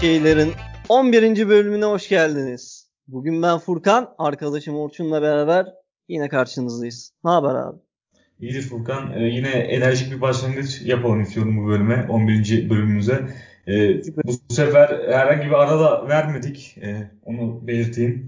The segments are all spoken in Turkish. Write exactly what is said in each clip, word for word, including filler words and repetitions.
Şeylerin on birinci bölümüne hoş geldiniz. Bugün ben Furkan, arkadaşım Orçun'la beraber yine karşınızdayız. Ne haber abi? İyidir Furkan. Ee, yine enerjik bir başlangıç yapalım istiyorum bu bölüme, on birinci bölümümüze. Ee, Süper. bu sefer herhangi bir ara da vermedik. Ee, onu belirteyim.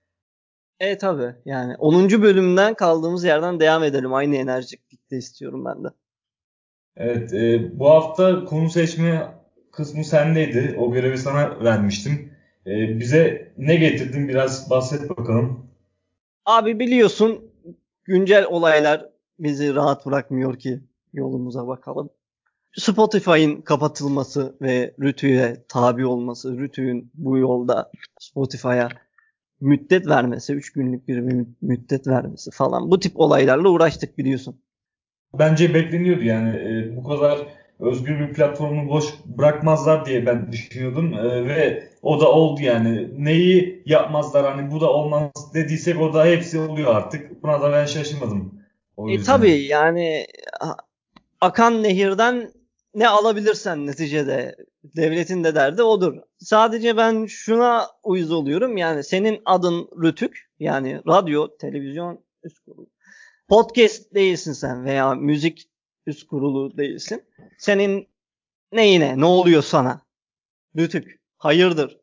E tabii yani onuncu bölümden kaldığımız yerden devam edelim. Aynı enerjiklikte istiyorum ben de. Evet, e, bu hafta konu seçme kısmı sendeydi. O görevi sana vermiştim. Ee, bize ne getirdin? Biraz bahset bakalım. Abi biliyorsun güncel olaylar bizi rahat bırakmıyor ki yolumuza bakalım. Spotify'ın kapatılması ve Rütü'ye tabi olması, Rütü'nün bu yolda Spotify'a müddet vermesi, üç günlük bir müddet vermesi falan. Bu tip olaylarla uğraştık biliyorsun. Bence bekleniyordu yani. E, bu kadar özgür bir platformu boş bırakmazlar diye ben düşünüyordum. E, ve o da oldu yani. Neyi yapmazlar hani bu da olmaz dediysek o da hepsi oluyor artık. Buna da ben şaşırmadım. O E yüzden. tabii yani akan nehirden ne alabilirsen neticede devletin de derdi odur. Sadece ben şuna uyuz oluyorum. Yani senin adın Rütük, yani radyo, televizyon üst kurulu. Podcast değilsin sen veya müzik üst kurulu değilsin. Senin neyine, ne oluyor sana? Rütük, hayırdır?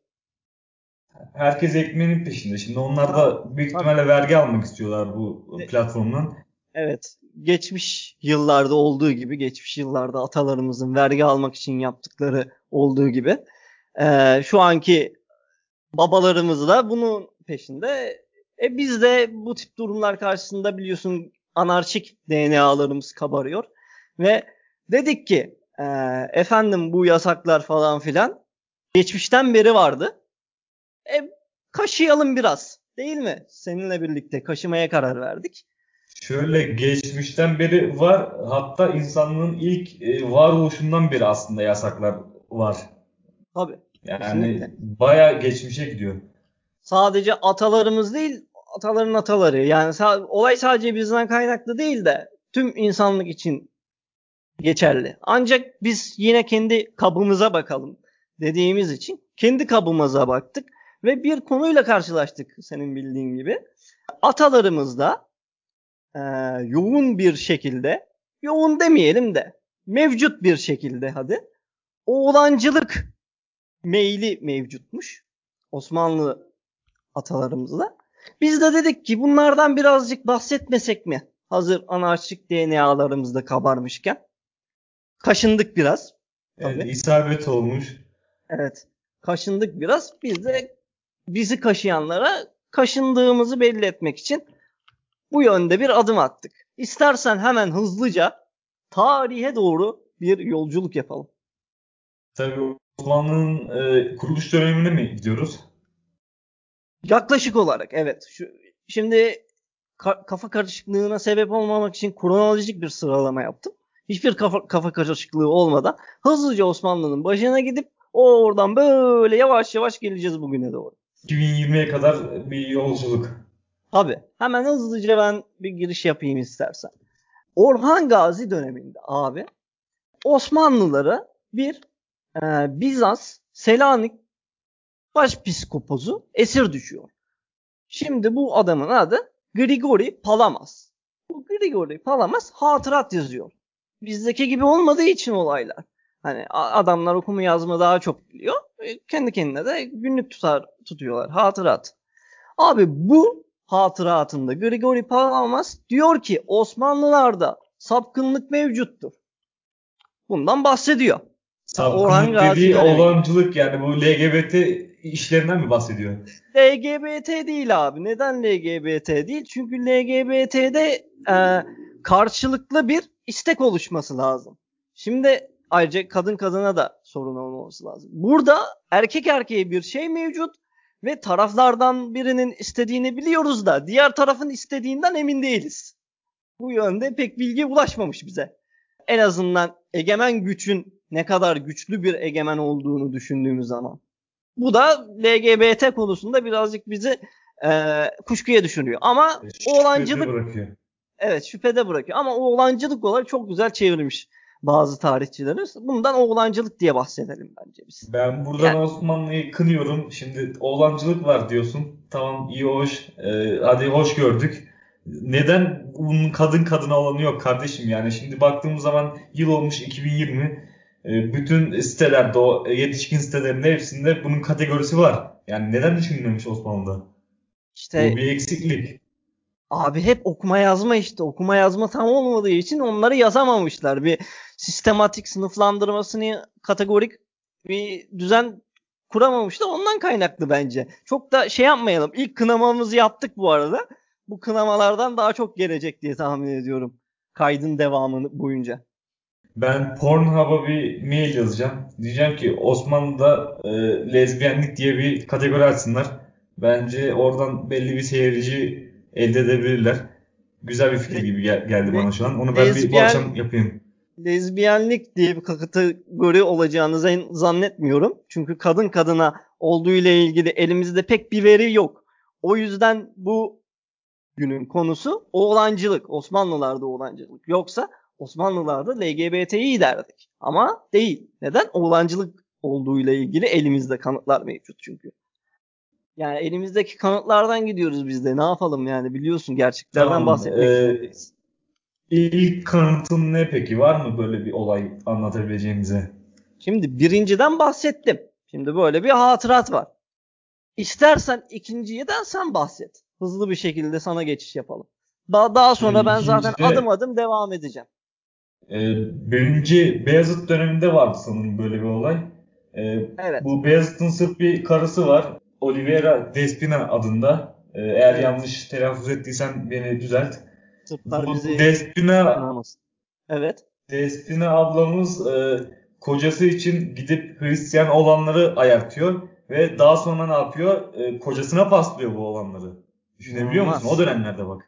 Herkes ekmeğinin peşinde. Şimdi onlar Tabii, da büyük tabii. ihtimalle vergi almak istiyorlar bu E, platformdan. Evet, geçmiş yıllarda olduğu gibi, geçmiş yıllarda atalarımızın vergi almak için yaptıkları olduğu gibi, e, şu anki babalarımız da bunun peşinde. E biz de bu tip durumlar karşısında biliyorsun anarşik D N A'larımız kabarıyor ve dedik ki e, efendim bu yasaklar falan filan geçmişten beri vardı. E, kaşıyalım biraz, değil mi? Seninle birlikte kaşımaya karar verdik. Şöyle geçmişten beri var. Hatta insanlığın ilk e, varoluşundan beri aslında yasaklar var. Tabii, Yani kesinlikle. bayağı geçmişe gidiyor. Sadece atalarımız değil, ataların ataları. Yani sa- olay sadece bizden kaynaklı değil de tüm insanlık için geçerli. Ancak biz yine kendi kabımıza bakalım dediğimiz için kendi kabımıza baktık ve bir konuyla karşılaştık senin bildiğin gibi. Atalarımız da e, yoğun bir şekilde, yoğun demeyelim de mevcut bir şekilde hadi oğlancılık meyli mevcutmuş Osmanlı atalarımızda. Biz de dedik ki bunlardan birazcık bahsetmesek mi? Hazır anarşik D N A'larımız da kabarmışken. Kaşındık biraz. Evet, Tabii. isabet olmuş. Evet. Kaşındık biraz. Biz de bizi kaşıyanlara kaşındığımızı belli etmek için bu yönde bir adım attık. İstersen hemen hızlıca tarihe doğru bir yolculuk yapalım. Tabii Osmanlı'nın e, kuruluş dönemine mi gidiyoruz? Yaklaşık olarak evet. Şu, şimdi ka- kafa karışıklığına sebep olmamak için kronolojik bir sıralama yaptım. Hiçbir kafa, kafa karışıklığı olmadan hızlıca Osmanlı'nın başına gidip oradan böyle yavaş yavaş geleceğiz bugüne doğru. iki bin yirmiye kadar bir yolculuk. Tabii. Hemen hızlıca ben bir giriş yapayım istersen. Orhan Gazi döneminde abi Osmanlılara bir e, Bizans Selanik başpiskopozu esir düşüyor. Şimdi bu adamın adı Grigori Palamas. Bu Grigori Palamas hatırat yazıyor. Bizdeki gibi olmadığı için olaylar. Hani adamlar okuma yazma daha çok biliyor. E, kendi kendine de günlük tutar tutuyorlar. Hatırat. Abi bu hatıratında Grigori Palamas diyor ki Osmanlılarda sapkınlık mevcuttur. Bundan bahsediyor. Ta Orhan Sapkınlık Gazi dediği döneminde. olancılık yani bu L G B T işlerinden mi bahsediyor? L G B T değil abi. Neden L G B T değil? Çünkü L G B T'de e, karşılıklı bir istek oluşması lazım. Şimdi ayrıca kadın kadına da sorun olmaması lazım. Burada erkek erkeğe bir şey mevcut ve taraflardan birinin istediğini biliyoruz da diğer tarafın istediğinden emin değiliz. Bu yönde pek bilgi ulaşmamış bize. En azından egemen gücün ne kadar güçlü bir egemen olduğunu düşündüğümüz zaman. Bu da L G B T konusunda birazcık bizi e, kuşkuya düşürüyor. Ama E, Şüphede oğlancılık bırakıyor. evet şüphede bırakıyor. Ama oğlancılık olarak çok güzel çevirmiş. bazı tarihçilerimiz. Bundan oğlancılık diye bahsedelim bence biz. Ben buradan Yani Osmanlı'yı kınıyorum. Şimdi oğlancılık var diyorsun. Tamam, iyi, hoş. Ee, hadi hoş gördük. Neden bunun kadın kadına olanı yok kardeşim? Yani şimdi baktığımız zaman yıl olmuş iki bin yirmi. Ee, bütün sitelerde, o yetişkin sitelerinde hepsinde bunun kategorisi var. Yani neden düşünülmemiş Osmanlı'da? Bu işte bir eksiklik. abi hep okuma yazma işte. Okuma yazma tam olmadığı için onları yazamamışlar. Bir sistematik sınıflandırmasını kategorik bir düzen kuramamışlar. Ondan kaynaklı bence. Çok da şey yapmayalım. İlk kınamamızı yaptık bu arada. Bu kınamalardan daha çok gelecek diye tahmin ediyorum. Kaydın devamını boyunca. Ben Pornhub'a bir mail yazacağım. Diyeceğim ki Osmanlı'da e, lezbiyenlik diye bir kategori açsınlar. Bence oradan belli bir seyirci elde edebilirler. Güzel bir fikir Le- gibi gel- geldi le- bana şu an. Onu ben bir bu lezbiyen akşam yapayım. lezbiyenlik diye bir kategori olacağını zan- zannetmiyorum. Çünkü kadın kadına olduğu ile ilgili elimizde pek bir veri yok. O yüzden bu günün konusu oğlancılık. Osmanlılarda oğlancılık. Yoksa Osmanlılarda L G B T İ derdik. Ama değil. Neden? Oğlancılık olduğu ile ilgili elimizde kanıtlar mevcut çünkü. Yani elimizdeki kanıtlardan gidiyoruz biz de. Ne yapalım yani, biliyorsun, gerçeklerden Tamam. bahsetmek E, zorundayız. ilk kanıtın ne peki? Var mı böyle bir olay anlatabileceğimize? Şimdi birinciden bahsettim. Şimdi böyle bir hatırat var. İstersen ikinciden sen bahset. Hızlı bir şekilde sana geçiş yapalım. Daha, daha Şimdi sonra ben zaten adım ikincide adım devam edeceğim. e, birinci Beyazıt döneminde vardı sanırım böyle bir olay. E, Evet. bu Beyazıt'ın sırf bir karısı var. Olivera Despina adında. E, eğer Evet. yanlış telaffuz ettiysem beni düzelt. Sırplar Bu bizi Despina kınamasın. Evet. Despina ablamız e, kocası için gidip Hristiyan olanları ayartıyor ve daha sonra ne yapıyor? E, kocasına paslıyor bu olanları. Düşünebiliyor musun? O İnanılmaz. dönemlerde bak.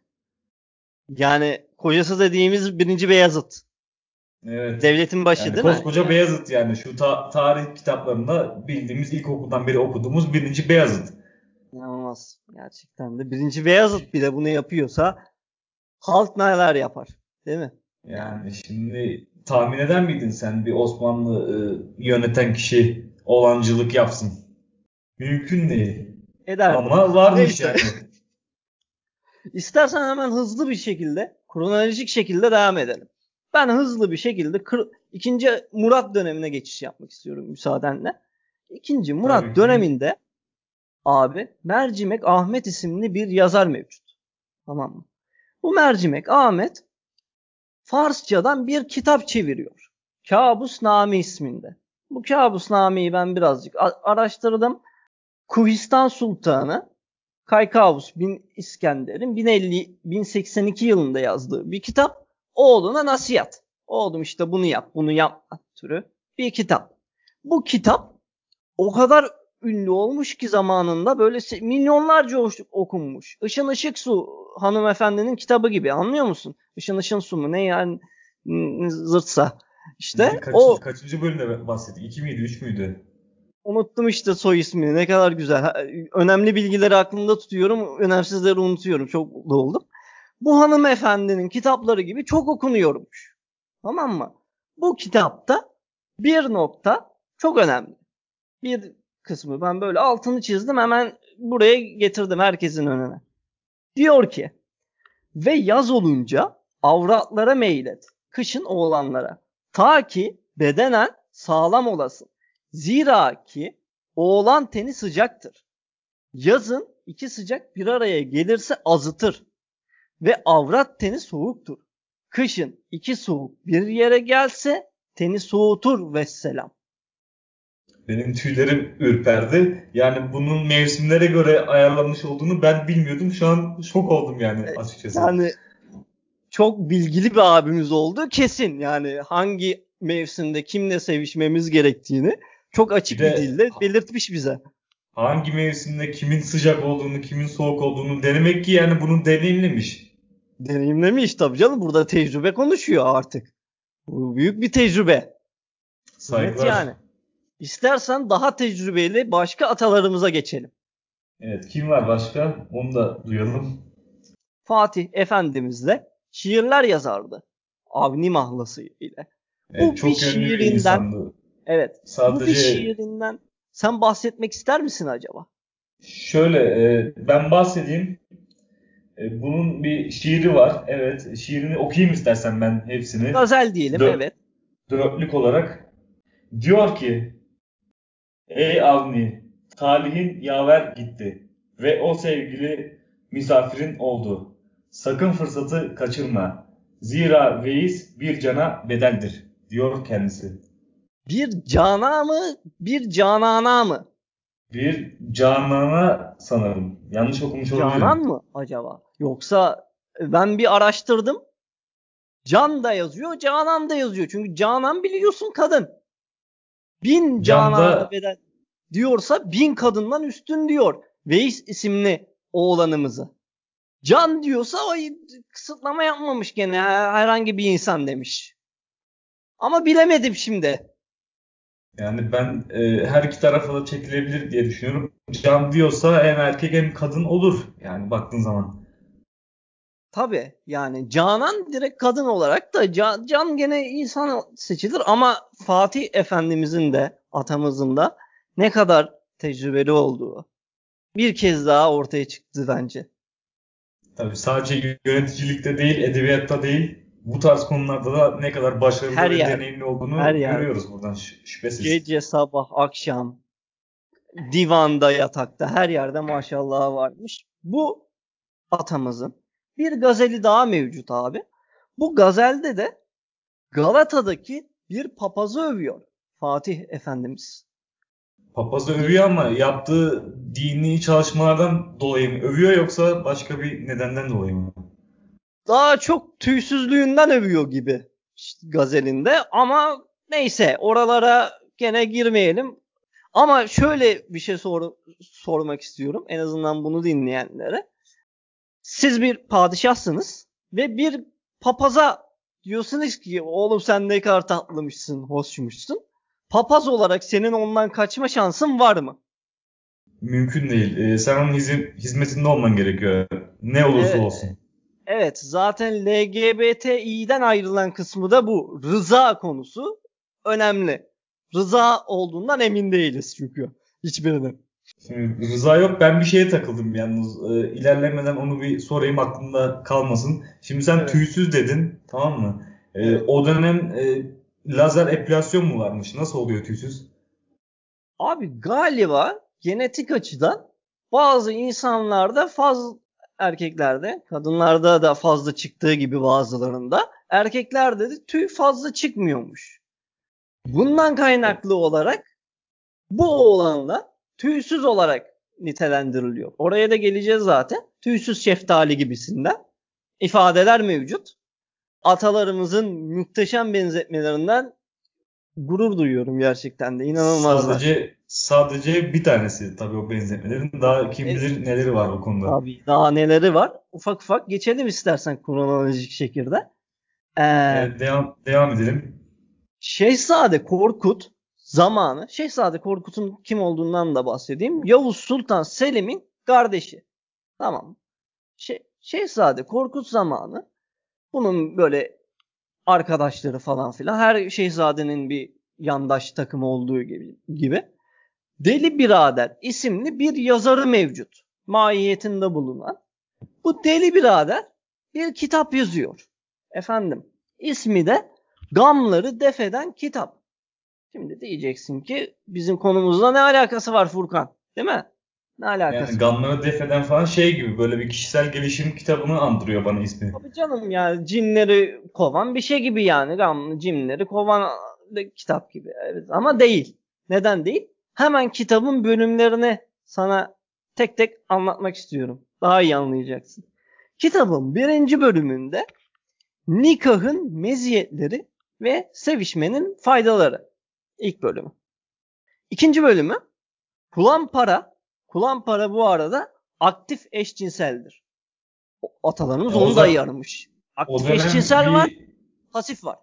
Yani kocası dediğimiz birinci Beyazıt. Evet. Devletin başı Yani değil mi? koskoca Beyazıt, yani şu ta- tarih kitaplarında bildiğimiz, ilkokuldan beri okuduğumuz birinci Beyazıt. İnanılmaz. Gerçekten de birinci Beyazıt bile bunu yapıyorsa halk neler yapar? Değil mi? Yani Yani şimdi tahmin eder miydin sen bir Osmanlı e, yöneten kişi olancılık yapsın? Mümkün değil. ederdim. Ama varmış Neyse. yani. İstersen hemen hızlı bir şekilde, kronolojik şekilde devam edelim. Ben hızlı bir şekilde kır, ikinci Murat dönemine geçiş yapmak istiyorum müsaadenle. İkinci Murat Tabii ki. döneminde abi Mercimek Ahmet isimli bir yazar mevcut. Tamam mı? Bu Mercimek Ahmet Farsçadan bir kitap çeviriyor. Kabusname isminde. Bu Kabusname'yi ben birazcık araştırdım. Kuhistan Sultanı Kaykavus bin İskender'in bin elli bin seksen iki yılında yazdığı bir kitap. Oğluna nasihat. Oğlum işte bunu yap, bunu yapma türü bir kitap. Bu kitap o kadar ünlü olmuş ki zamanında böyle milyonlarca okunmuş. Işın Işık Su hanımefendinin kitabı gibi, anlıyor musun? Işın Işın Su mu ne yani, zırtsa. Şimdi İşte kaç, o, kaçıncı bölümde bahsettik? İki miydi, üç müydü? unuttum işte soy ismini, ne kadar güzel. Önemli bilgileri aklımda tutuyorum, önemsizleri unutuyorum. Çok mutlu oldum. Bu hanımefendinin kitapları gibi çok okunuyormuş. Tamam mı? Bu kitapta bir nokta çok önemli. Bir kısmı ben böyle altını çizdim, hemen buraya getirdim herkesin önüne. Diyor ki ve yaz olunca avratlara meylet, kışın oğlanlara. Ta ki bedenen sağlam olasın. Zira ki oğlan teni sıcaktır. Yazın iki sıcak bir araya gelirse azıtır ve avrat teni soğuktur. Kışın iki soğuk bir yere gelse teni soğutur vesselam. Benim tüylerim ürperdi. Yani bunun mevsimlere göre ayarlanmış olduğunu ben bilmiyordum. Şu an şok oldum yani, E, açıkçası. Yani çok bilgili bir abimiz oldu kesin. Yani hangi mevsimde kimle sevişmemiz gerektiğini çok Bir açık bir de dille belirtmiş bize. hangi mevsimde kimin sıcak olduğunu, kimin soğuk olduğunu denemek ki, yani bunu deneyimlemiş. Deneyimlemiş tabii canım. Burada tecrübe konuşuyor artık. Bu büyük bir tecrübe. Net Saygılar. yani. İstersen daha tecrübeli başka atalarımıza geçelim. Evet, kim var başka? Onu da duyalım. Fatih Efendimiz de şiirler yazardı. Avni mahlası ile. Evet, Bu bir çok yönlü bir şiirinden, insandı. evet, bu bir Sadece şiirinden sen bahsetmek ister misin acaba? şöyle e, ben bahsedeyim. E, bunun bir şiiri var. Evet, şiirini okuyayım istersen ben hepsini. Gazel diyelim, Dört, evet. dörtlük olarak. Diyor ki, ey Avni, talihin yaver gitti ve o sevgili misafirin oldu. Sakın fırsatı kaçırma. Zira veis bir cana bedeldir, diyor kendisi. Bir cana mı, bir canana mı? Bir canana sanırım. Yanlış okumuş Canan olabilirim. mı acaba? Yoksa ben bir araştırdım. Can da yazıyor, Canan da yazıyor. Çünkü Canan biliyorsun kadın. Bin canana Canda bedel diyorsa bin kadından üstün diyor. Veys isimli oğlanımızı. Can diyorsa o kısıtlama yapmamış gene herhangi bir insan demiş. Ama bilemedim şimdi. yani ben e, her iki tarafa da çekilebilir diye düşünüyorum. Can diyorsa hem erkek hem kadın olur. Yani baktığın zaman. Tabii yani Canan direkt kadın olarak da Can, Can gene insan seçilir ama Fatih Efendimizin de atamızın da ne kadar tecrübeli olduğu bir kez daha ortaya çıktı bence. Tabii sadece yöneticilikte değil, edebiyatta değil, bu tarz konularda da ne kadar başarılı Her ve yerde, deneyimli her olduğunu yerde. görüyoruz buradan şü- şüphesiz. Gece, sabah, akşam, divanda, yatakta her yerde maşallah varmış. Bu atamızın bir gazeli daha mevcut abi. Bu gazelde de Galata'daki bir papazı övüyor Fatih Efendimiz. Papazı övüyor ama yaptığı dini çalışmalardan dolayı mı övüyor yoksa başka bir nedenden dolayı mı? Daha çok tüysüzlüğünden övüyor gibi işte gazelinde ama neyse oralara gene girmeyelim. Ama şöyle bir şey sor, sormak istiyorum en azından bunu dinleyenlere. Siz bir padişahsınız ve bir papaza diyorsunuz ki oğlum sen ne kadar tatlıymışsın, hoşmuşsun. Papaz olarak senin ondan kaçma şansın var mı? Mümkün değil. Ee, sen onun hizi- hizmetinde olman gerekiyor. Ne olursa Evet, olsun. evet zaten L G B T İ'den ayrılan kısmı da bu. Rıza konusu önemli. Rıza olduğundan emin değiliz çünkü hiçbirinin. Şimdi Rıza yok. Ben bir şeye takıldım yalnız. Ee, ilerlemeden onu bir sorayım aklımda kalmasın. Şimdi sen Evet, tüysüz dedin, tamam mı? Ee, evet. o dönem e, lazer epilasyon mu varmış? Nasıl oluyor tüysüz? Abi galiba genetik açıdan bazı insanlarda fazla erkeklerde, kadınlarda da fazla çıktığı gibi bazılarında erkeklerde de tüy fazla çıkmıyormuş. Bundan kaynaklı olarak bu oğlanlar tüysüz olarak nitelendiriliyor. Oraya da geleceğiz zaten. Tüysüz şeftali gibisinden ifadeler mevcut. Atalarımızın muhteşem benzetmelerinden gurur duyuyorum gerçekten de. İnanılmazlar. Sadece sadece bir tanesi tabii o benzetmelerin. Daha kim Evet. bilir neleri var o konuda. Tabii daha neleri var. Ufak ufak geçelim istersen kronolojik şekilde. Ee, Evet, devam devam edelim. Şehzade Korkut zamanı, Şehzade Korkut'un kim olduğundan da bahsedeyim. Yavuz Sultan Selim'in kardeşi. Tamam. Şeh, Şehzade Korkut zamanı bunun böyle arkadaşları falan filan her şehzadenin bir yandaş takımı olduğu gibi, gibi. Deli Birader isimli bir yazarı mevcut. Mahiyetinde bulunan. Bu deli birader bir kitap yazıyor. Efendim ismi de Gamları Defeden Kitap. Şimdi diyeceksin ki bizim konumuzla ne alakası var Furkan? Değil mi? Ne Yani alakası var? Gamları Defeden falan şey gibi böyle bir kişisel gelişim kitabını andırıyor bana ismi. Tabii canım yani cinleri kovan bir şey gibi yani. Gamlı cinleri kovan kitap gibi. Evet, ama değil. Neden değil? Hemen kitabın bölümlerini sana tek tek anlatmak istiyorum. Daha iyi anlayacaksın. Kitabın birinci bölümünde nikahın meziyetleri ve sevişmenin faydaları. İlk bölümü. İkinci bölümü kulan para. Kulan para bu arada aktif eşcinseldir. Atalarımız E, o, onu da za- ayarmış. o Aktif dönem eşcinsel var, bir pasif var.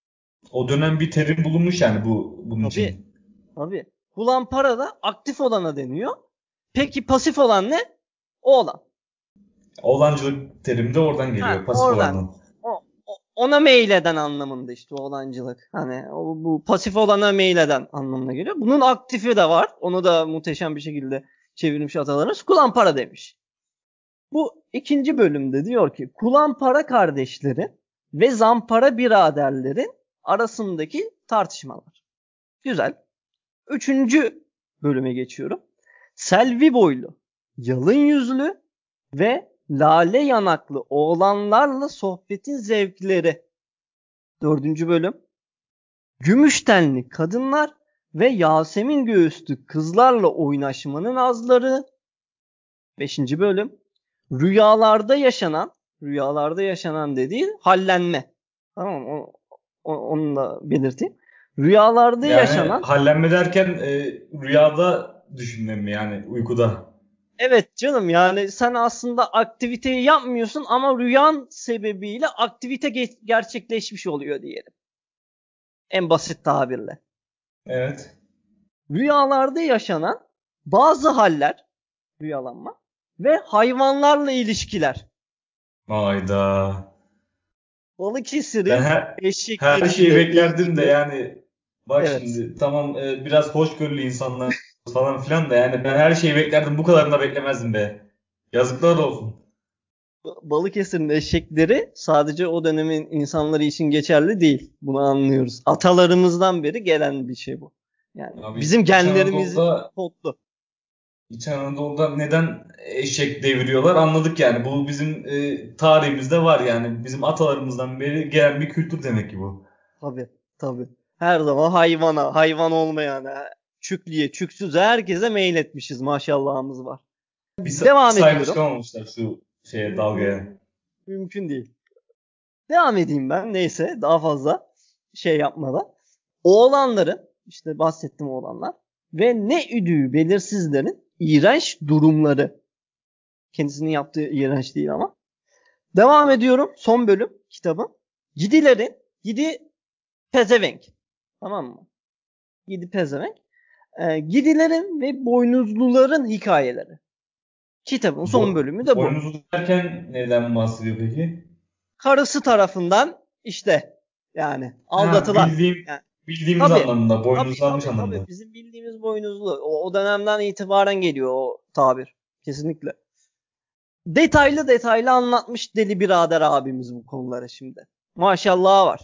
o dönem bir terim bulunmuş yani bu bunun Tabii, için. tabii. Kulan para da aktif olana deniyor. Peki pasif olan ne? Oğlan. Oğlancılık terimi de oradan Ha, geliyor pasif oradan olandan. o, o- ona meyleden anlamında işte oğlancılık. Hani o, bu pasif olana meyleden anlamına geliyor. Bunun aktifi de var. Onu da muhteşem bir şekilde çevirmiş atalarımız. Kulampara demiş. Bu ikinci bölümde diyor ki Kulampara kardeşleri ve Zampara biraderlerin arasındaki tartışmalar. Güzel. Üçüncü bölüme geçiyorum. Selvi boylu, yalın yüzlü ve lale yanaklı oğlanlarla sohbetin zevkleri. Dördüncü bölüm. Gümüş tenli kadınlar ve Yasemin göğüslü kızlarla oynaşmanın azları. Beşinci bölüm. Rüyalarda yaşanan, rüyalarda yaşanan dediği hallenme. Tamam mı? O, o, onu da belirteyim. Rüyalarda Yani yaşanan, hallenme derken e, rüyada düşünmem mi yani uykuda? evet canım, yani sen aslında aktiviteyi yapmıyorsun ama rüyan sebebiyle aktivite ge- gerçekleşmiş oluyor diyelim. En basit tabirle. Evet. Rüyalarda yaşanan bazı haller, rüyalanma ve hayvanlarla ilişkiler. Hayda. Ben Balıkesir'in her her şeyi eşekleriyle beklerdim de ilgili. yani bak Evet. şimdi tamam e, biraz hoşgörülü insanlar falan filan da yani ben her şeyi beklerdim bu kadarını da beklemezdim be. Yazıklar olsun. Balıkesir'in eşekleri sadece o dönemin insanları için geçerli değil. Bunu anlıyoruz. Atalarımızdan beri gelen bir şey bu. Yani Abi bizim İç genlerimizin Anadolu'da kodlu. İç Anadolu'da neden eşek deviriyorlar anladık yani. Bu bizim e, tarihimizde var yani. Bizim atalarımızdan beri gelen bir kültür demek ki bu. Tabii, tabii. Her zaman hayvana, hayvan olmayana, çüklüye, çüksüze herkese meyletmişiz. Maşallahımız var. Bir, sa- bir Devam sahip ediyorum. çıkamamışlar şu şeye Mü- dalgaya. mü- mümkün değil. Devam edeyim ben. Neyse, daha fazla şey yapmadan. Oğlanların, işte bahsettim oğlanlar ve ne üdüğü belirsizlerin iğrenç durumları. Kendisinin yaptığı iğrenç değil ama. Devam ediyorum. Son bölüm kitabın. Gidilerin, gidi pezevenk. Tamam mı? Gidi pezevenk. Ee, gidilerin ve boynuzluların hikayeleri. Kitabın son Bo bölümü de bu. boynuzlu derken neden bahsediyor peki? Karısı tarafından işte yani Ha aldatılan. bildiğim Yani, bildiğimiz tabii, anlamında, tabii, boynuzlanmış tabii, tabii. anlamında. Bizim bildiğimiz boynuzlu. O, o dönemden itibaren geliyor o tabir. Kesinlikle. Detaylı detaylı anlatmış Deli Birader abimiz bu konuları şimdi. Maşallah var.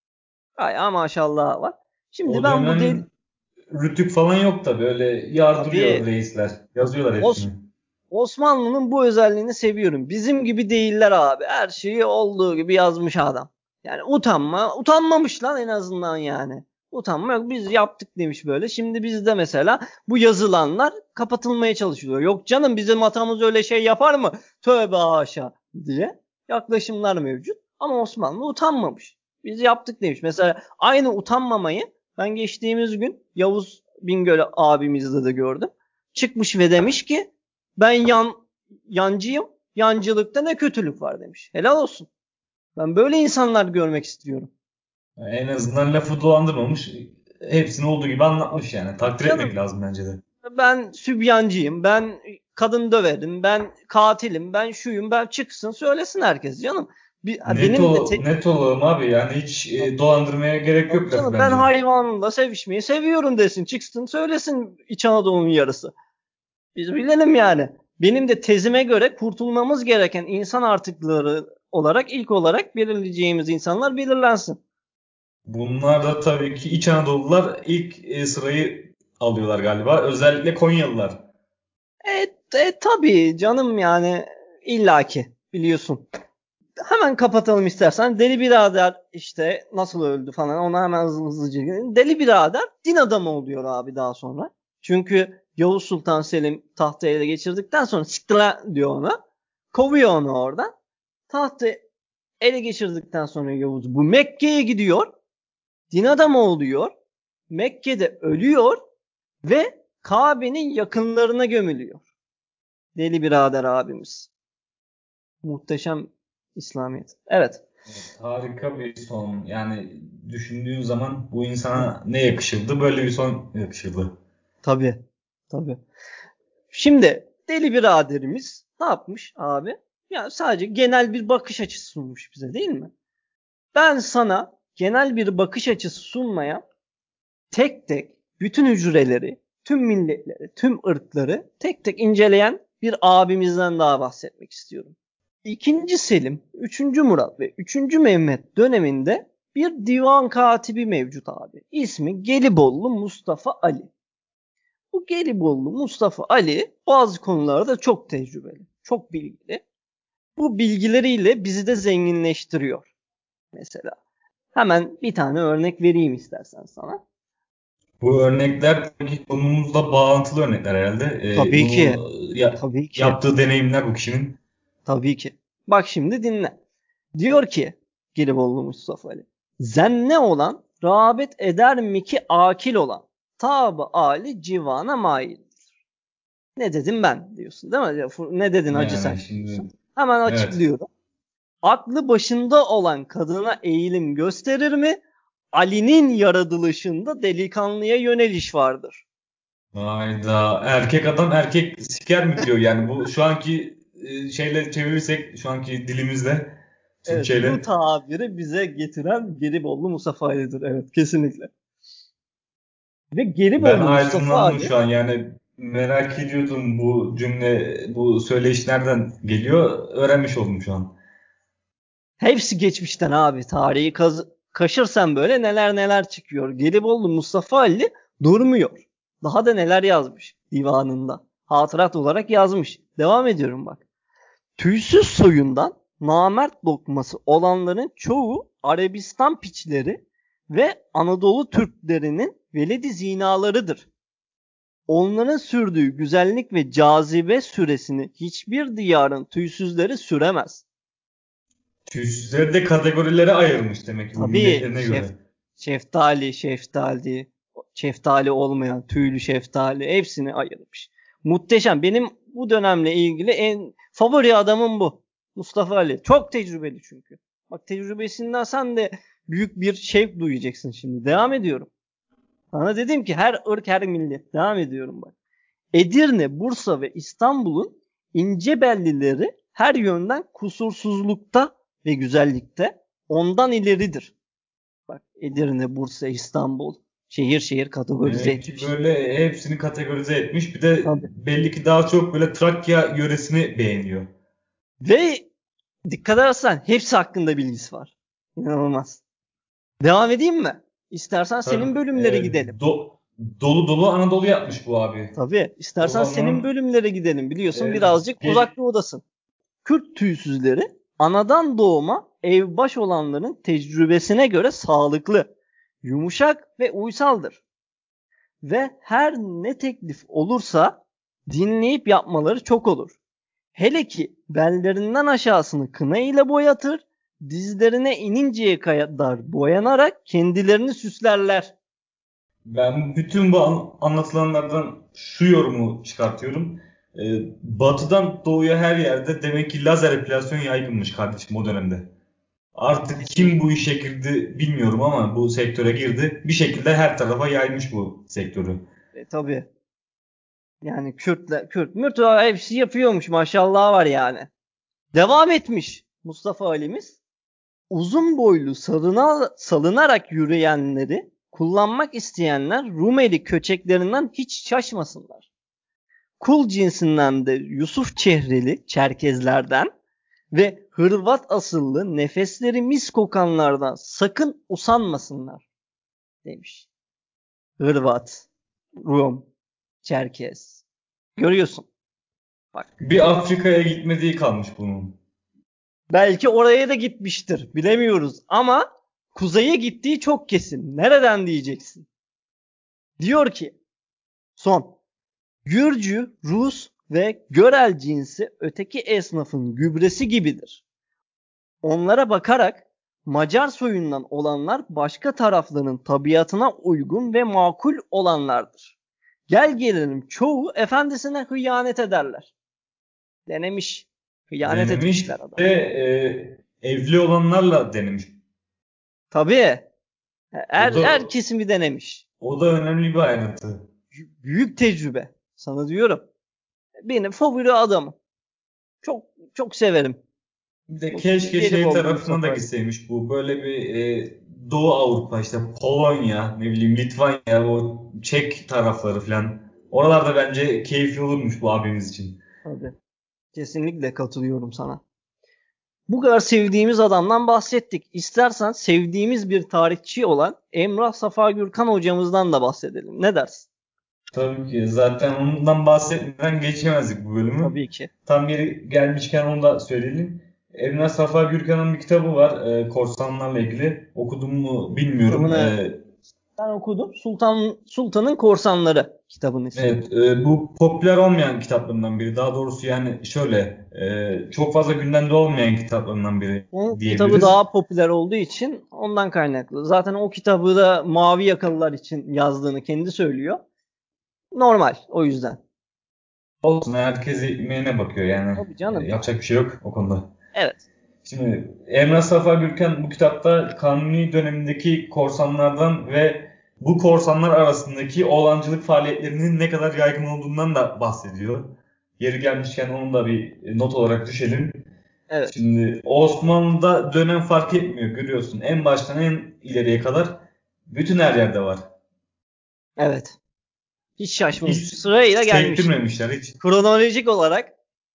Bayağı maşallah var. Şimdi O ben bu del dönem Rütük falan yok tabii. Öyle yardırıyor tabii reisler. Yazıyorlar Os hepsini. Osmanlı'nın bu özelliğini seviyorum. Bizim gibi değiller abi. Her şeyi olduğu gibi yazmış adam. Yani utanma, utanmamış lan en azından yani. Utanma yok. Biz yaptık demiş böyle. Şimdi bizde mesela bu yazılanlar kapatılmaya çalışılıyor. Yok canım, bizim atamız öyle şey yapar mı? Tövbe haşa diye yaklaşımlar mevcut. Ama Osmanlı utanmamış. Biz yaptık demiş. Mesela aynı utanmamayı ben geçtiğimiz gün Yavuz Bingöl abimizde de gördüm. Çıkmış ve demiş ki ben yan yancıyım. Yancılıkta ne kötülük var demiş. Helal olsun. Ben böyle insanlar görmek istiyorum. En azından lafı dolandırmamış. Hepsini olduğu gibi anlatmış yani. Tabii Takdir etmek canım. lazım bence de. Ben sübyancıyım. Ben kadın döverim. Ben katilim. Ben şuyum. Ben çıksın söylesin herkes canım. Bir, Net, benim de o, te- net olalım abi. Yani hiç e, dolandırmaya gerek tabii yok lafı canım, ben bence. hayvanla sevişmeyi seviyorum desin. Çıksın söylesin İç Anadolu'nun yarısı. Biz bilelim yani. Benim de tezime göre kurtulmamız gereken insan artıkları olarak ilk olarak belirleyeceğimiz insanlar belirlensin. Bunlar da tabii ki İç Anadolulular ilk e, sırayı alıyorlar galiba. Özellikle Konyalılar. E, e tabii canım, yani illaki biliyorsun. Hemen kapatalım istersen. Deli Birader işte nasıl öldü falan, ona hemen hızlı hızlıca gidelim. Deli Birader din adamı oluyor abi daha sonra. Çünkü Yavuz Sultan Selim tahtı ele geçirdikten sonra siktir lan diyor ona. Kovuyor onu oradan. Tahtı ele geçirdikten sonra Yavuz bu Mekke'ye gidiyor. Din adamı oluyor. Mekke'de ölüyor ve Kabe'nin yakınlarına gömülüyor. Deli Birader abimiz. Muhteşem İslamiyet. Evet. Evet, harika bir son. Yani düşündüğün zaman bu Hı. insana ne yakışırdı? Böyle bir son yakışırdı. Tabii. Tabii. Şimdi Deli Biraderimiz ne yapmış abi? Ya sadece genel bir bakış açısı sunmuş bize, değil mi? Ben sana genel bir bakış açısı sunmaya, tek tek bütün hücreleri, tüm milletleri, tüm ırkları tek tek inceleyen bir abimizden daha bahsetmek istiyorum. İkinci Selim, üçüncü Murat ve üçüncü Mehmet döneminde bir divan katibi mevcut abi. İsmi Gelibolu Mustafa Ali. Bu Gelibolu Mustafa Ali bazı konularda çok tecrübeli, çok bilgili. Bu bilgileriyle bizi de zenginleştiriyor mesela. Hemen bir tane örnek vereyim istersen sana. Bu örnekler konumuzla bağlantılı örnekler herhalde. Ee, Tabii ki. bunu ya, Tabii ki. yaptığı deneyimler bu kişinin. Tabii ki. Bak şimdi dinle. Diyor ki Gelibolu Mustafa Ali. Zenne olan rağbet eder mi ki akil olan tabı ali civana mail. Ne dedim ben diyorsun değil mi? Ne dedin hacı Yani sen şimdi diyorsun. Hemen evet. açıklıyorum. Aklı başında olan kadına eğilim gösterir mi? Ali'nin yaratılışında delikanlıya yöneliş vardır. Hayda. Erkek adam erkek siker mi diyor yani bu şu anki e, şeyle çevirirsek şu anki dilimizle Evet, bu Türkçeyle. tabiri bize getiren Geribollu Mustafa Ali'dir. Evet, kesinlikle. Ve Ben Geribollu Mustafa aydınlandım Ali, şu an yani merak ediyordum bu cümle bu söyleyiş nereden geliyor öğrenmiş oldum şu an. hepsi geçmişten abi. Tarihi kaz kaşırsan böyle neler neler çıkıyor. Geribollu Mustafa Ali durmuyor. Daha da neler yazmış divanında. Hatırat olarak yazmış. Devam ediyorum bak. Tüysüz soyundan namert lokması olanların çoğu Arabistan piçleri ve Anadolu Türklerinin veledi zinalarıdır. Onların sürdüğü güzellik ve cazibe süresini hiçbir diyarın tüysüzleri süremez. Tüysüzleri de kategorilere ayırmış demek ki bu Tabii milletlerine şef, göre. şeftali, şeftali, şeftali olmayan, tüylü şeftali hepsini ayırmış. Muhteşem. Benim bu dönemle ilgili en favori adamım bu. Mustafa Ali. Çok tecrübeli çünkü. Bak tecrübesinden sen de büyük bir şevk duyacaksın şimdi. Devam ediyorum. Sana dedim ki her ırk her millet. Devam ediyorum bak. Edirne, Bursa ve İstanbul'un ince bellileri her yönden kusursuzlukta ve güzellikte ondan ileridir. Bak Edirne, Bursa, İstanbul şehir şehir kategorize Demek ki etmiş. böyle hepsini kategorize etmiş. Bir de Tabii. belli ki daha çok böyle Trakya yöresini beğeniyor. Ve dikkat edersen hepsi hakkında bilgisi var. İnanılmaz. Devam edeyim mi? İstersen senin Tabii bölümlere e, gidelim. do- dolu dolu Anadolu yapmış bu abi. Tabii. O İstersen senin zaman bölümlere gidelim. Biliyorsun e, birazcık uzak gel doğudasın. Kürt tüysüzleri anadan doğma evbaş olanların tecrübesine göre sağlıklı, yumuşak ve uysaldır. Ve her ne teklif olursa dinleyip yapmaları çok olur. Hele ki bellerinden aşağısını kına ile boyatır, dizlerine ininceye kadar boyanarak kendilerini süslerler. ben bütün bu an- anlatılanlardan şu yorumu çıkartıyorum. E, batıdan doğuya her yerde demek ki lazer epilasyon yaygınmış kardeşim o dönemde. Artık kim Kesinlikle. bu işe girdi bilmiyorum ama bu sektöre girdi. Bir şekilde her tarafa yaymış bu sektörü. E, tabii. Yani Kürtler, Kürt, Mürt hepsi yapıyormuş maşallah var yani. Devam etmiş Mustafa Ali'miz. Uzun boylu salına, salınarak yürüyenleri kullanmak isteyenler Rumeli köçeklerinden hiç şaşmasınlar. Kul cinsinden de Yusuf çehreli Çerkezlerden ve Hırvat asıllı nefesleri mis kokanlardan sakın usanmasınlar demiş. Hırvat, Rum, Çerkez. Görüyorsun. Bak. Bir Afrika'ya gitmediği kalmış bunun. Belki oraya da gitmiştir. Bilemiyoruz ama kuzeye gittiği çok kesin. Nereden diyeceksin? Diyor ki son. Gürcü, Rus ve Görel cinsi öteki esnafın gübresi gibidir. Onlara bakarak Macar soyundan olanlar başka tarafların tabiatına uygun ve makul olanlardır. Gel gelelim çoğu efendisine hıyanet ederler. Denemiş. Hıyanet Denemiş etmişler adam. ve e, evli olanlarla denemiş. Tabii. O Her, da her kesimi denemiş. o da önemli bir ayrıntı. Büyük tecrübe. Sana diyorum. Benim favori adamım. Çok çok severim. Bir de Bu keşke geri şey oldu bu tarafına da sefer. gitseymiş bu. Böyle bir e, Doğu Avrupa işte Polonya, ne bileyim Litvanya, o Çek tarafları falan. Oralarda bence keyifli olurmuş bu abimiz için. Tabii. Kesinlikle katılıyorum sana. Bu kadar sevdiğimiz adamdan bahsettik. İstersen sevdiğimiz bir tarihçi olan Emrah Safa Gürkan hocamızdan da bahsedelim. Ne dersin? Tabii ki. Zaten ondan bahsetmeden geçemezdik bu bölümü. Tabii ki. Tam yeri gelmişken onu da söyleyelim. Emrah Safa Gürkan'ın bir kitabı var. E, korsanlarla ilgili. Okudum mu bilmiyorum. Kitabını E, ben okudum. Sultan Sultan'ın Korsanları kitabın ismi. evet. E, bu popüler olmayan kitaplarından biri. Daha doğrusu yani şöyle. E, çok fazla gündemde olmayan kitaplarından biri Onun kitabı diyebiliriz. daha popüler olduğu için ondan kaynaklı. Zaten o kitabı da mavi yakalılar için yazdığını kendi söylüyor. Normal o yüzden. Olsun. Herkes ekmeğine bakıyor yani. Tabii E, canım. yapacak bir şey yok o konuda. Evet. Şimdi Emrah Safa Gürkan bu kitapta Kanuni dönemindeki korsanlardan ve bu korsanlar arasındaki oğlancılık faaliyetlerinin ne kadar yaygın olduğundan da bahsediyor. Yeri gelmişken onu da bir not olarak düşelim. Evet. Şimdi Osmanlı'da dönem fark etmiyor, görüyorsun. En baştan en ileriye kadar bütün her yerde var. Evet. Hiç şaşmaz. Hiç Sırayla gelmiş. sektirmemişler hiç. Kronolojik olarak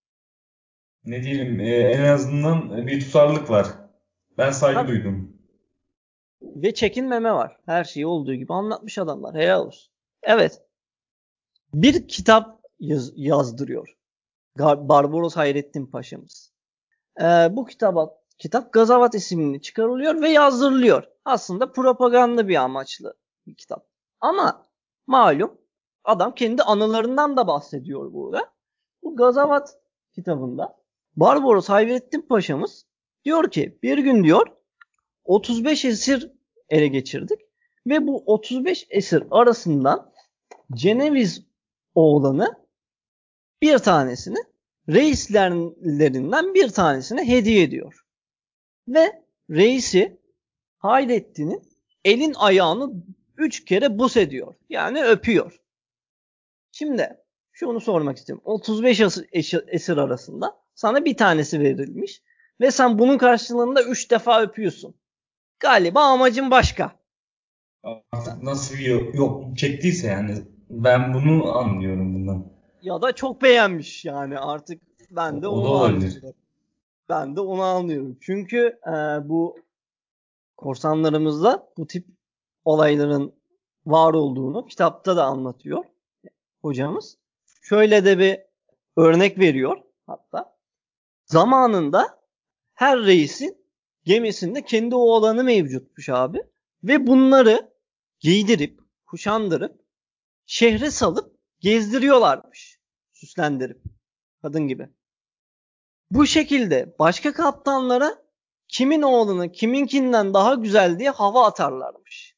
Ne diyelim, e, en azından bir tutarlılık var. Ben saygı tabii. duydum. Ve çekinmeme var. Her şeyi olduğu gibi anlatmış adamlar. Helal olsun. Evet. Bir kitap yaz- yazdırıyor. Gar- Barbaros Hayrettin Paşa'mız. Ee, bu kitaba kitap Gazavat isimli çıkarılıyor ve yazdırılıyor. Aslında propaganda bir amaçlı bir kitap. Ama malum adam kendi anılarından da bahsediyor burada. Bu Gazavat kitabında Barbaros Hayrettin Paşa'mız diyor ki bir gün diyor otuz beş esir ele geçirdik ve bu otuz beş esir arasından Ceneviz oğlanı bir tanesini reislerinden bir tanesine hediye ediyor. Ve reisi Hayrettin'in elin ayağını üç kere bus ediyor. Yani öpüyor. Şimdi şunu sormak istiyorum. otuz beş esir arasında sana bir tanesi verilmiş ve sen bunun karşılığında üç defa öpüyorsun. Galiba amacın başka. Artık nasıl bir yokluk çektiyse yani ben bunu anlıyorum bundan. Ya da çok beğenmiş yani artık ben de O, o da onu olabilir. anlıyorum. Ben de onu anlıyorum. Çünkü e, bu korsanlarımızda bu tip olayların var olduğunu kitapta da anlatıyor hocamız. Şöyle de bir örnek veriyor hatta. Zamanında her reisin gemisinde kendi oğlanı mevcutmuş abi. Ve bunları giydirip, kuşandırıp, şehre salıp gezdiriyorlarmış. Süslendirip. Kadın gibi. Bu şekilde başka kaptanlara kimin oğlunu kiminkinden daha güzel diye hava atarlarmış.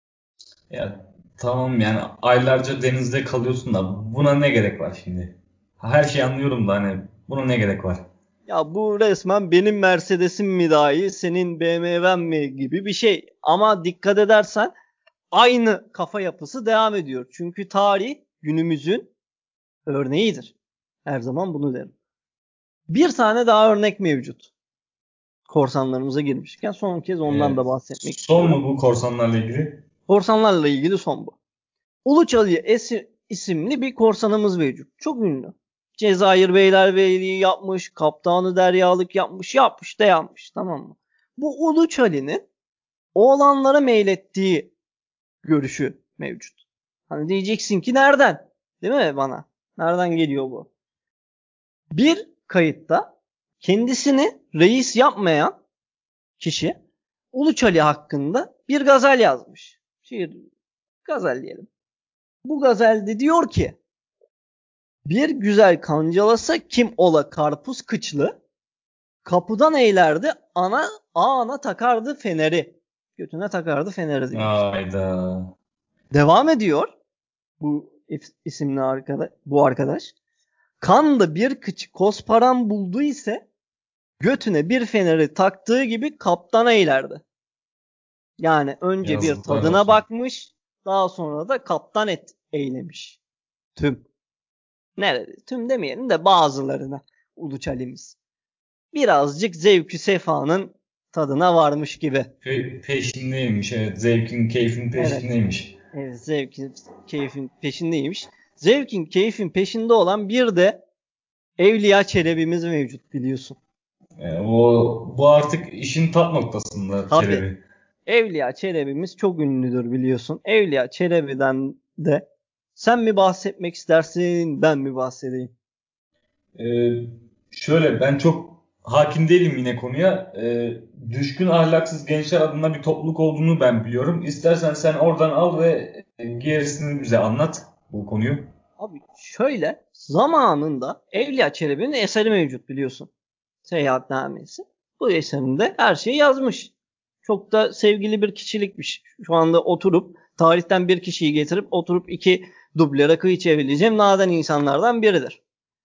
Ya tamam yani aylarca denizde kalıyorsun da buna ne gerek var şimdi? Her şeyi anlıyorum da hani buna ne gerek var? Ya bu resmen benim Mercedes'im mi daha iyi, senin B M W'm mi gibi bir şey. Ama dikkat edersen aynı kafa yapısı devam ediyor. Çünkü tarih günümüzün örneğidir. Her zaman bunu derim. Bir tane daha örnek mevcut. Korsanlarımıza girmişken son kez ondan da Evet. bahsetmek Son istiyorum. mu bu korsanlarla ilgili? Korsanlarla ilgili son bu. Uluçalı Esi isimli bir korsanımız mevcut. Çok ünlü. Cezayir Beylerbeyliği yapmış, Kaptanı Deryalık yapmış, yapmış da yapmış, tamam mı? Bu Uluç Ali'nin oğlanlara meylettiği görüşü mevcut. Hani diyeceksin ki nereden? Değil mi bana? Nereden geliyor bu? Bir kayıtta kendisini reis yapmayan kişi Uluç Ali hakkında bir gazel yazmış. Şiir, gazel diyelim. Bu gazelde diyor ki bir güzel kancalasa kim ola karpuz kıçlı, kapıdan eğlerdi ana ağına takardı feneri. Götüne takardı feneri demiş. Hayda. Devam ediyor bu isimli arkadaş, bu arkadaş. Kanda bir kıçı kosparan buldu ise götüne bir feneri taktığı gibi kaptana eğlerdi. Yani önce bir Yazıklar tadına olsun. bakmış, daha sonra da kaptan et eylemiş. Tüm. Nerede? Tüm demeyelim de bazılarına Uluç Ali'miz. birazcık zevkü sefanın tadına varmış gibi. Pe- peşindeymiş, evet. Zevkin, keyfin Evet. peşindeymiş. Evet, zevkin, keyfin peşindeymiş. Zevkin, keyfin peşinde olan bir de Evliya Çelebi'miz mevcut biliyorsun. E, o bu artık işin tap noktasında Tabii. Çelebi. Evliya Çelebi'miz çok ünlüdür biliyorsun. Evliya Çelebi'den de sen mi bahsetmek istersin, ben mi bahsedeyim? E, Şöyle, ben çok hakim değilim yine konuya. E, düşkün ahlaksız gençler adına bir topluluk olduğunu ben biliyorum. İstersen sen oradan al ve e, gerisini bize anlat bu konuyu. Abi şöyle, zamanında Evliya Çelebi'nin eseri mevcut biliyorsun. Seyahatnamesi. Bu eserinde her şeyi yazmış. Çok da sevgili bir kişilikmiş. Şu anda oturup tarihten bir kişiyi getirip oturup iki duble rakı içebileceğim naden insanlardan biridir.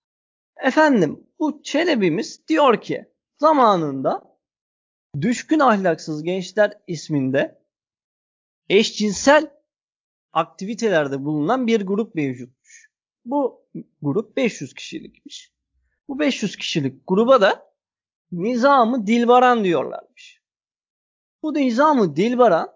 Efendim bu Çelebi'miz diyor ki zamanında Düşkün Ahlaksız Gençler isminde eşcinsel aktivitelerde bulunan bir grup mevcutmuş. Bu grup beş yüz kişilikmiş. Bu beş yüz kişilik gruba da Nizam-ı Dilbaran diyorlarmış. Bu Nizam-ı Dilbaran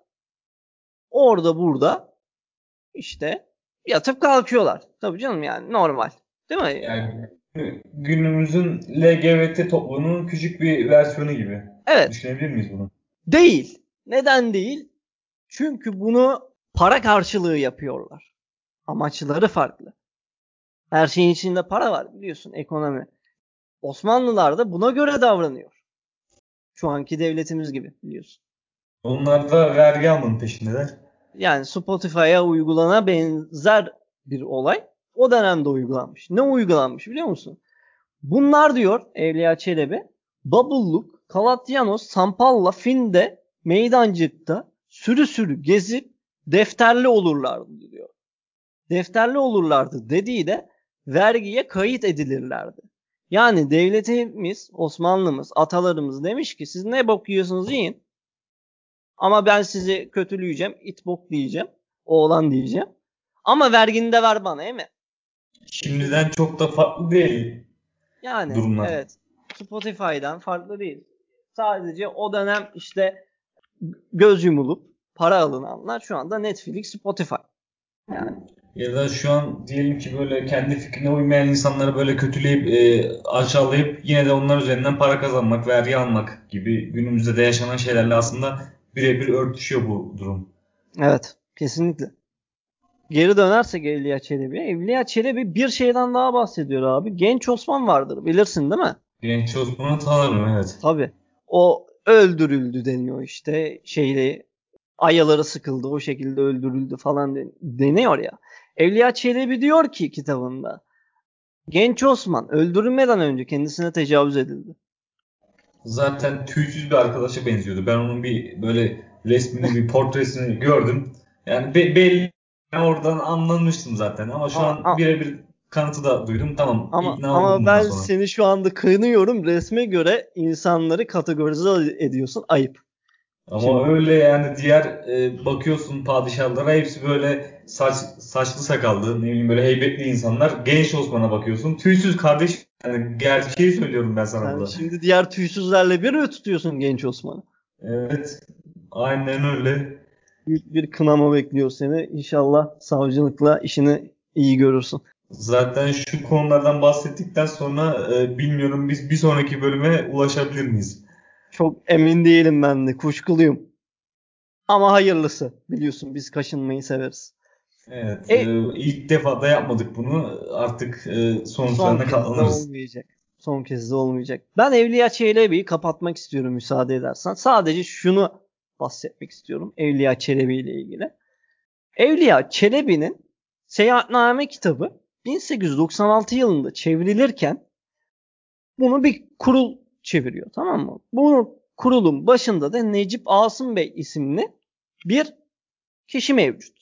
orada burada işte yatıp kalkıyorlar. Tabii canım yani normal. Değil mi? Yani günümüzün L G B T topluluğunun küçük bir versiyonu gibi. Evet. Düşünebilir miyiz bunu? Değil. Neden değil? Çünkü bunu para karşılığı yapıyorlar. Amaçları farklı. Her şeyin içinde para var biliyorsun ekonomi. Osmanlılar da buna göre davranıyor. Şu anki devletimiz gibi biliyorsun. Onlar da vergi almanın peşindeler. Yani Spotify'a uygulana benzer bir olay o dönemde uygulanmış. Ne uygulanmış biliyor musun? Bunlar diyor Evliya Çelebi, Babulluk, Kalatyanos, Sampalla, Finde, Meydancık'ta sürü sürü gezip defterli olurlardı diyor. Defterli olurlardı dediği de vergiye kayıt edilirlerdi. Yani devletimiz, Osmanlımız, atalarımız demiş ki siz ne bok yiyorsunuz yiyin. Ama ben sizi kötüleyeceğim, it bok diyeceğim, oğlan diyeceğim. Ama vergini de ver bana, değil mi? Şimdiden çok da farklı değil Yani durumlar. evet, Spotify'dan farklı değil. Sadece o dönem işte göz yumulup para alınanlar şu anda Netflix, Spotify. Yani Ya da şu an diyelim ki böyle kendi fikrine uymayan insanları böyle kötüleyip e, aşağılayıp yine de onlar üzerinden para kazanmak, vergi almak gibi günümüzde de yaşanan şeylerle aslında birebir örtüşüyor bu durum. evet, kesinlikle. Geri dönersek Evliya Çelebi'ye. Evliya Çelebi bir şeyden daha bahsediyor abi. Genç Osman vardır bilirsin değil mi? Genç Osman'ı tanırım, evet. Tabii. O öldürüldü deniyor işte. Şeyle ayaları sıkıldı o şekilde öldürüldü falan deniyor ya. Evliya Çelebi diyor ki kitabında Genç Osman öldürülmeden önce kendisine tecavüz edildi. Zaten tüysüz bir arkadaşa benziyordu. Ben onun bir böyle resmini, bir portresini gördüm. Yani be- belli, ben oradan anlamıştım zaten ama şu Ama, an birebir kanıtı da duydum. Tamam, ama ikna oldum ama bundan ben sonra. seni şu anda kınıyorum. Resme göre insanları kategorize ediyorsun. Ayıp. Ama Şimdi öyle yani diğer e, bakıyorsun padişahlara hepsi böyle saç, saçlı sakallı, ne bileyim böyle heybetli insanlar. Genç Osman'a bakıyorsun. Tüysüz kardeş. Yani gerçeği söylüyorum ben sana sen burada. şimdi diğer tüysüzlerle bir mi tutuyorsun Genç Osman'ı? Evet. Aynen öyle. Büyük bir kınama bekliyor seni. İnşallah savcılıkla işini iyi görürsün. Zaten şu konulardan bahsettikten sonra e, bilmiyorum biz bir sonraki bölüme ulaşabilir miyiz? Çok emin değilim ben de. Kuşkuluyum. Ama hayırlısı. Biliyorsun biz kaşınmayı severiz. Evet, E e, ilk defa da yapmadık bunu. Artık e, son sonuçlarına kez de katlanırız. olmayacak. Son kez de olmayacak. Ben Evliya Çelebi'yi kapatmak istiyorum müsaade edersen. Sadece şunu bahsetmek istiyorum Evliya Çelebi ile ilgili. Evliya Çelebi'nin Seyahatname kitabı bin sekiz yüz doksan altı yılında çevrilirken bunu bir kurul çeviriyor, tamam mı? Bu kurulun başında da Necip Asım Bey isimli bir kişi mevcut.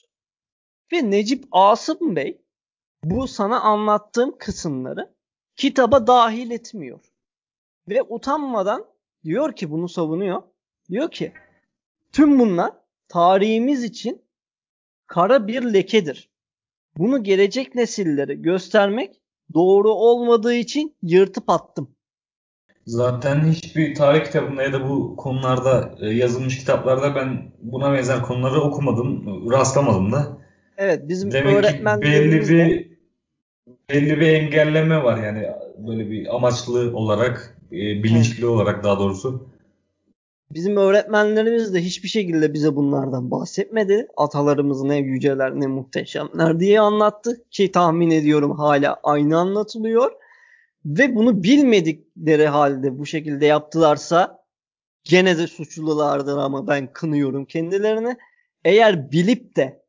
Ve Necip Asım Bey bu sana anlattığım kısımları kitaba dahil etmiyor. Ve utanmadan diyor ki bunu savunuyor. Diyor ki tüm bunlar tarihimiz için kara bir lekedir. Bunu gelecek nesillere göstermek doğru olmadığı için yırtıp attım. Zaten hiçbir tarih kitabında ya da bu konularda e, yazılmış kitaplarda ben buna benzer konuları okumadım, rastlamadım da. Evet, bizim Demek ki belli öğretmenlerimiz de bir belli bir engelleme var yani böyle bir amaçlı olarak, e, evet, bilinçli olarak daha doğrusu. bizim öğretmenlerimiz de hiçbir şekilde bize bunlardan bahsetmedi. Atalarımız ne yüceler ne muhteşemler diye anlattı ki tahmin ediyorum hala aynı anlatılıyor. Ve bunu bilmedikleri halde bu şekilde yaptılarsa gene de suçlulardır ama ben kınıyorum kendilerini. Eğer bilip de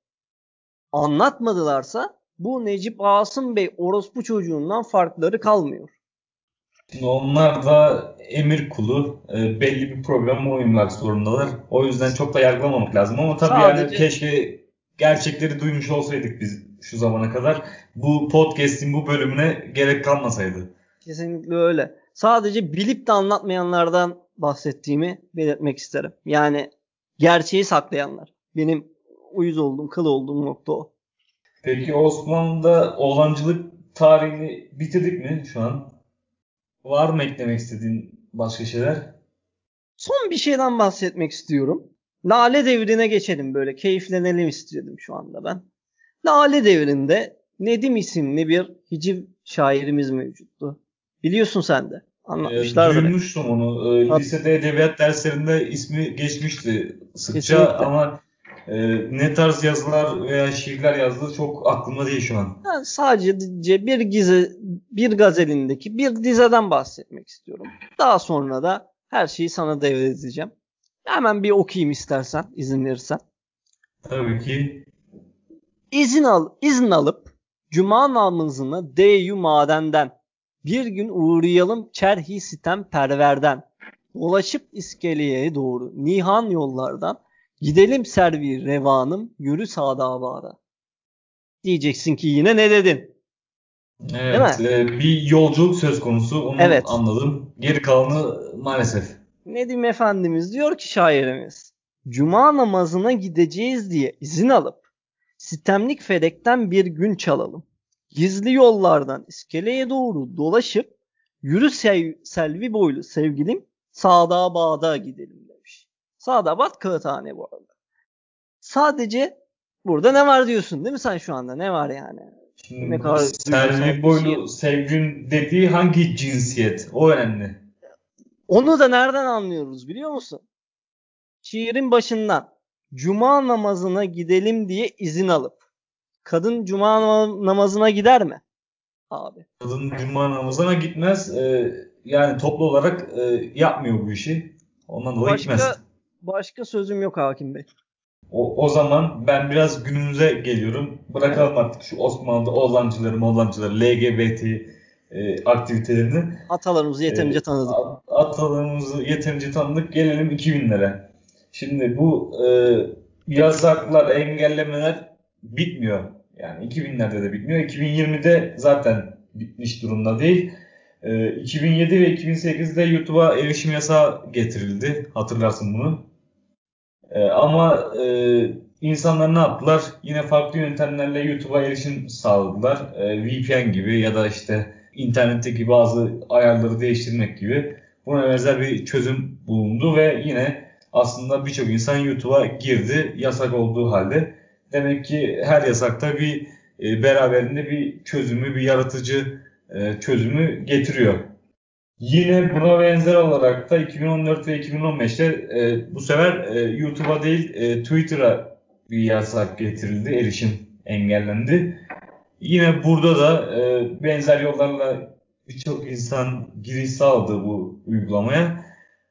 anlatmadılarsa bu Necip Asım Bey orospu çocuğundan farkları kalmıyor. Şimdi onlar da emir kulu, e, belli bir programa uymak zorundalar. O yüzden çok da yargılamamak lazım ama tabii yani Sadece keşke gerçekleri duymuş olsaydık biz şu zamana kadar. Bu podcast'in bu bölümüne gerek kalmasaydı. kesinlikle öyle. Sadece bilip de anlatmayanlardan bahsettiğimi belirtmek isterim. Yani gerçeği saklayanlar. Benim uyuz olduğum, kıl olduğum nokta o. Peki Osmanlı'da oğlancılık tarihini bitirdik mi şu an? Var mı eklemek istediğin başka şeyler? Son bir şeyden bahsetmek istiyorum. Lale devrine geçelim, böyle keyiflenelim istedim şu anda ben. Lale devrinde Nedim isimli bir hiciv şairimiz mevcuttu. Biliyorsun sen de. E, Anlatmışlardır hep. duymuştum onu. E, Tabii, lisede edebiyat derslerinde ismi geçmişti sıkça kesinlikle. ama e, ne tarz yazılar veya şiirler yazdığı çok aklımda değil şu an. Ben sadece bir gize, bir gazelindeki bir dizeden bahsetmek istiyorum. Daha sonra da her şeyi sana devredeceğim. Hemen bir okuyayım istersen, izin verirsen. Tabii ki. İzin al, izin alıp Cuma namazına deyu madenden bir gün uğrayalım çerhi sitem perverden. Dolaşıp iskeleye doğru nihan yollardan gidelim servi revanım yürü sadabada. Diyeceksin ki yine ne dedin? Değil Evet, mi? e, bir yolculuk söz konusu. Onu Evet. anladım. Geri kalanı maalesef. Nedim Efendimiz diyor ki şairimiz, Cuma namazına gideceğiz diye izin alıp sitemlik felekten bir gün çalalım. Gizli yollardan iskeleye doğru dolaşıp yürü sev selvi boylu sevgilim sağda bağda gidelim demiş. Sağdabat Kağıthane bu arada. Sadece burada ne var diyorsun değil mi sen şu anda? Ne var yani? Ne Şimdi bu kadar duygusal Selvi bir şiir. Boylu Sevgün dediği hangi cinsiyet? O önemli. Onu da nereden anlıyoruz biliyor musun? Şiirin başından Cuma namazına gidelim diye izin alıp kadın Cuma namazına gider mi abi? Kadın cuma namazına gitmez. E, yani toplu olarak e, yapmıyor bu işi. Ondan dolayı Başka gitmez. başka sözüm yok hakim bey. O, o zaman ben biraz günümüze geliyorum. Evet. Bırakalım artık şu Osmanlı'da oğlancıları, moğlancıları, L G B T e, aktivitelerini. Atalarımızı E, yeterince tanıdık. Atalarımızı yeterince tanıdık. Gelelim iki binlere. Şimdi bu e, yasaklar, engellemeler bitmiyor. Yani iki binlerde de bitmiyor. iki bin yirmide zaten bitmiş durumda değil. E, iki bin yedi ve iki bin sekizde YouTube'a erişim yasağı getirildi. Hatırlarsın bunu. E, ama e, insanlar ne yaptılar? Yine farklı yöntemlerle YouTube'a erişim sağladılar. E, V P N gibi ya da işte internetteki bazı ayarları değiştirmek gibi. Buna benzer bir çözüm bulundu ve yine aslında birçok insan YouTube'a girdi yasak olduğu halde. Demek ki her yasakta bir e, beraberinde bir çözümü, bir yaratıcı e, çözümü getiriyor. Yine buna benzer olarak da iki bin on dört ve iki bin on beşte e, bu sefer e, YouTube'a değil e, Twitter'a bir yasak getirildi, erişim engellendi. Yine burada da e, benzer yollarla birçok insan giriş sağladı bu uygulamaya.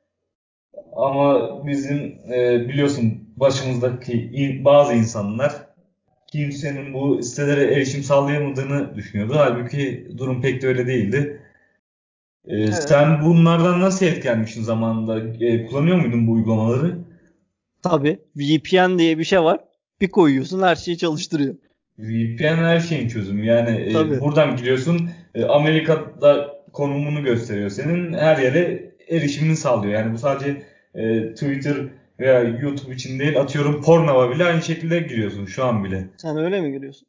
Ama bizim e, biliyorsun başımızdaki in- bazı insanlar kimsenin bu sitelere erişim sağlayamadığını düşünüyordu. Halbuki durum pek de öyle değildi. Ee, Evet. sen bunlardan nasıl etkilenmiştin zamanında? Ee, kullanıyor muydun bu uygulamaları? Tabii. V P N diye bir şey var. Bir koyuyorsun her şeyi çalıştırıyor. V P N her şeyin çözümü. Yani e, Tabii. buradan giriyorsun, e, Amerika'da konumunu gösteriyor senin. Her yere erişimini sağlıyor. Yani bu sadece e, Twitter veya YouTube için değil, atıyorum Pornhub'a bile aynı şekilde giriyorsun şu an bile. Sen öyle mi görüyorsun?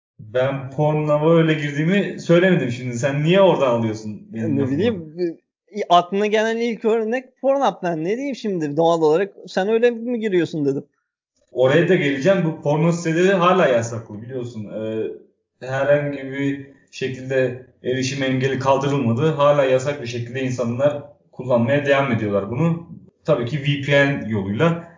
Ben Pornhub'a öyle girdiğimi söylemedim şimdi. Sen niye oradan alıyorsun benim Ne lafımı? bileyim aklına gelen ilk örnek Pornhub'dan. Ne diyeyim şimdi doğal olarak? Sen öyle mi giriyorsun dedim. Oraya da geleceğim. Bu porno siteleri hala yasaklı biliyorsun. Ee, herhangi bir şekilde erişim engeli kaldırılmadı. Hala yasak bir şekilde insanlar kullanmaya devam ediyorlar bunu. Tabii ki V P N yoluyla.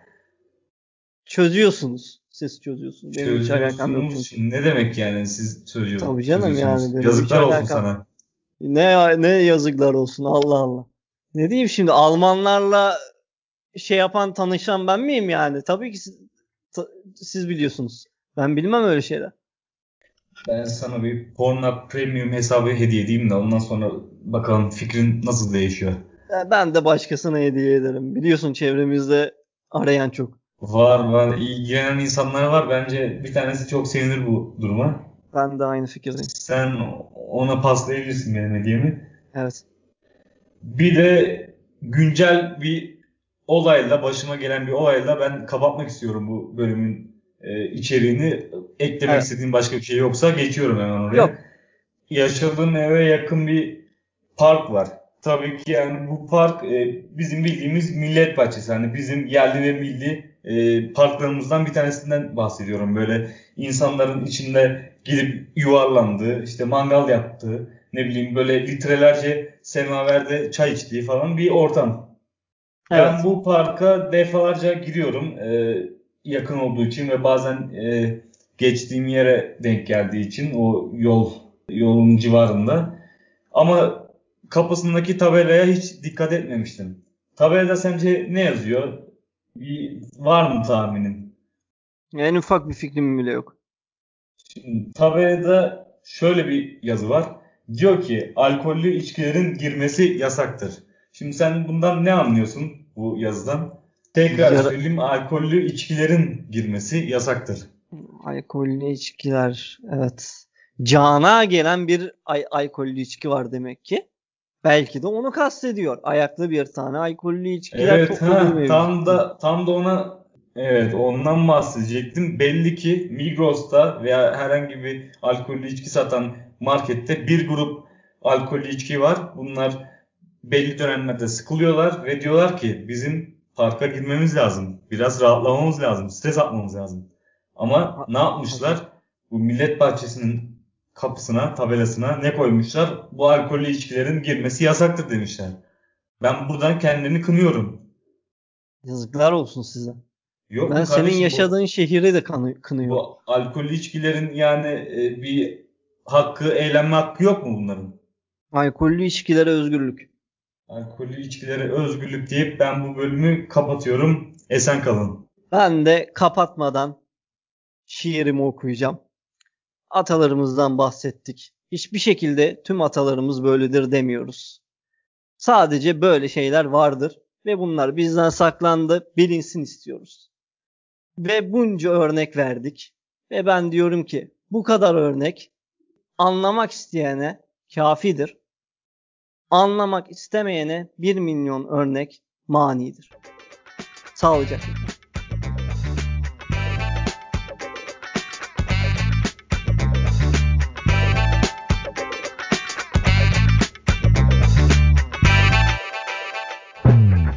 Çözüyorsunuz. Siz çözüyorsunuz. Benim hiç alakam yok Çözüyorsunuz. çünkü. Şimdi ne demek yani siz çözüyor, Tabii canım yani çözüyorsunuz? benim hiç Yazıklar olsun alakam. sana. Ne ne yazıklar olsun Allah Allah. Ne diyeyim şimdi Almanlarla şey yapan tanışan ben miyim yani? Tabii ki siz, ta- siz biliyorsunuz. Ben bilmem öyle şeyler. Ben sana bir Pornhub Premium hesabı hediye edeyim de ondan sonra bakalım fikrin nasıl değişiyor. Ya ben de başkasına hediye ederim. Biliyorsun çevremizde arayan çok. Var var ilgilenen insanlar var. Bence bir tanesi çok sevinir bu duruma. Ben de aynı fikirdeyim. Sen ona paslayabilirsin benim hediyemi. Evet. Bir de güncel bir olayla, başıma gelen bir olayla ben kapatmak istiyorum bu bölümün e, içeriğini. Eklemek Evet. istediğim başka bir şey yoksa geçiyorum hemen Yok. oraya. Yaşadığım eve yakın bir park var. Tabii ki yani bu park e, bizim bildiğimiz millet bahçesi. Hani bizim yerli ve milli e, parklarımızdan bir tanesinden bahsediyorum. Böyle insanların içinde gidip yuvarlandığı, işte mangal yaptığı, ne bileyim böyle litrelerce semaverde çay içtiği falan bir ortam. Ben Evet. bu parka defalarca giriyorum. E, yakın olduğu için ve bazen e, geçtiğim yere denk geldiği için o yol yolun civarında. Ama kapısındaki tabelaya hiç dikkat etmemiştim. Tabelada sence ne yazıyor? Bir, var mı tahminin? En ufak bir fikrim bile yok. Şimdi, tabelada şöyle bir yazı var. Diyor ki alkollü içkilerin girmesi yasaktır. Şimdi sen bundan ne anlıyorsun bu yazıdan? Tekrar Yara söyleyeyim, alkollü içkilerin girmesi yasaktır. alkollü içkiler. Evet. Cana gelen bir ay alkollü içki var demek ki. Belki de onu kastediyor. Ayaklı bir tane alkollü içkiler Evet, topluluğu ha mevcut. tam da tam da ona, evet, ondan bahsedecektim. Belli ki Migros'ta veya herhangi bir alkollü içki satan markette bir grup alkollü içki var. Bunlar belli dönemlerde sıkılıyorlar ve diyorlar ki bizim parka girmemiz lazım. Biraz rahatlamamız lazım. Stres atmamız lazım. Ama Ha- ne yapmışlar? Bu millet bahçesinin kapısına, tabelasına ne koymuşlar? Bu alkollü içkilerin girmesi yasaktır demişler. Ben buradan kendilerini kınıyorum. Yazıklar olsun size. Yok Ben mu senin kardeşim, bu yaşadığın şehri de kanı- kınıyorum. bu alkollü içkilerin yani e, bir hakkı, eğlenme hakkı yok mu bunların? Alkollü içkilere özgürlük. Alkollü içkilere özgürlük deyip ben bu bölümü kapatıyorum. Esen kalın. Ben de kapatmadan şiirimi okuyacağım. Atalarımızdan bahsettik. Hiçbir şekilde tüm atalarımız böyledir demiyoruz. Sadece böyle şeyler vardır ve bunlar bizden saklandı, bilinsin istiyoruz. Ve bunca örnek verdik. Ve ben diyorum ki bu kadar örnek anlamak isteyene kafidir. Anlamak istemeyene bir milyon örnek manidir. Sağlıcakla.